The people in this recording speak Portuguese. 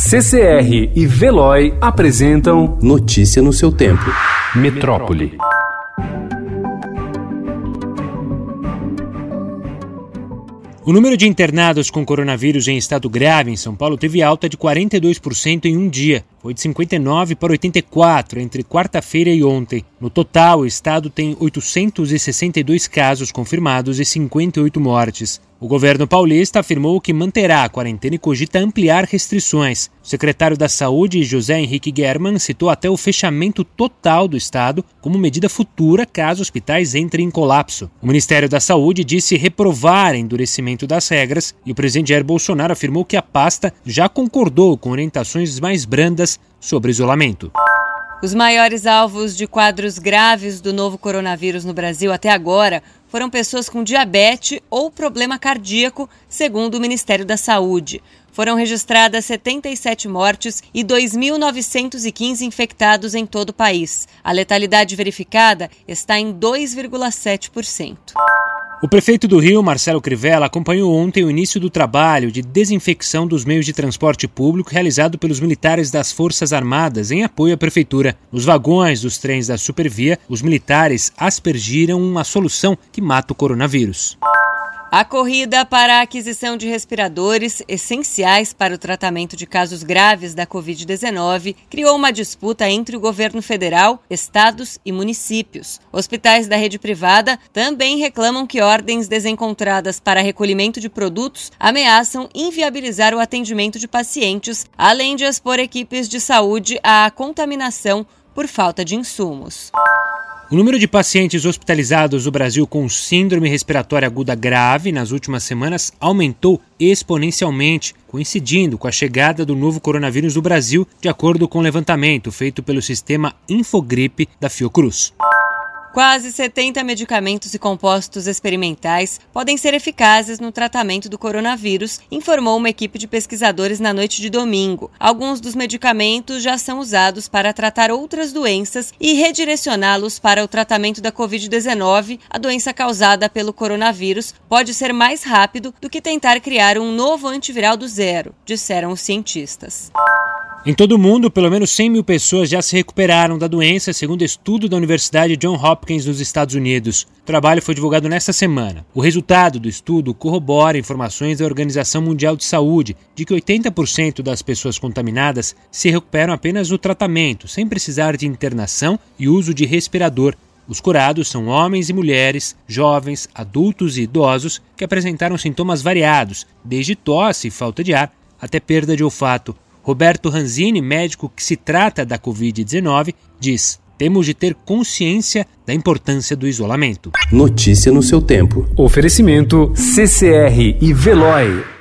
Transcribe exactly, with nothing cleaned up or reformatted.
C C R e Veloy apresentam Notícia no seu tempo. Metrópole. O número de internados com coronavírus em estado grave em São Paulo teve alta de quarenta e dois por cento em um dia. Foi de cinquenta e nove para oitenta e quatro entre quarta-feira e ontem. No total, o estado tem oitocentos e sessenta e dois casos confirmados e cinquenta e oito mortes. O governo paulista afirmou que manterá a quarentena e cogita ampliar restrições. O secretário da Saúde, José Henrique Germann, citou até o fechamento total do estado como medida futura caso hospitais entrem em colapso. O Ministério da Saúde disse reprovar endurecimento das regras e o presidente Jair Bolsonaro afirmou que a pasta já concordou com orientações mais brandas sobre isolamento. Os maiores alvos de quadros graves do novo coronavírus no Brasil até agora foram pessoas com diabetes ou problema cardíaco, segundo o Ministério da Saúde. Foram registradas setenta e sete mortes e dois mil novecentos e quinze infectados em todo o país. A letalidade verificada está em dois vírgula sete por cento. O prefeito do Rio, Marcelo Crivella, acompanhou ontem o início do trabalho de desinfecção dos meios de transporte público realizado pelos militares das Forças Armadas em apoio à prefeitura. Nos vagões dos trens da Supervia, os militares aspergiram uma solução que mata o coronavírus. A corrida para a aquisição de respiradores essenciais para o tratamento de casos graves da covid dezenove criou uma disputa entre o governo federal, estados e municípios. Hospitais da rede privada também reclamam que ordens desencontradas para recolhimento de produtos ameaçam inviabilizar o atendimento de pacientes, além de expor equipes de saúde à contaminação por falta de insumos. O número de pacientes hospitalizados no Brasil com síndrome respiratória aguda grave nas últimas semanas aumentou exponencialmente, coincidindo com a chegada do novo coronavírus no Brasil, de acordo com o levantamento feito pelo sistema Infogripe da Fiocruz. Quase setenta medicamentos e compostos experimentais podem ser eficazes no tratamento do coronavírus, informou uma equipe de pesquisadores na noite de domingo. Alguns dos medicamentos já são usados para tratar outras doenças e redirecioná-los para o tratamento da covid dezenove, a doença causada pelo coronavírus, pode ser mais rápido do que tentar criar um novo antiviral do zero, disseram os cientistas. Em todo o mundo, pelo menos cem mil pessoas já se recuperaram da doença, segundo estudo da Universidade Johns Hopkins nos Estados Unidos. O trabalho foi divulgado nesta semana. O resultado do estudo corrobora informações da Organização Mundial de Saúde de que oitenta por cento das pessoas contaminadas se recuperam apenas no tratamento, sem precisar de internação e uso de respirador. Os curados são homens e mulheres, jovens, adultos e idosos que apresentaram sintomas variados, desde tosse e falta de ar até perda de olfato. Roberto Ranzini, médico que se trata da covid dezenove, diz: temos de ter consciência da importância do isolamento. Notícia no seu tempo. Oferecimento C C R e Veloy.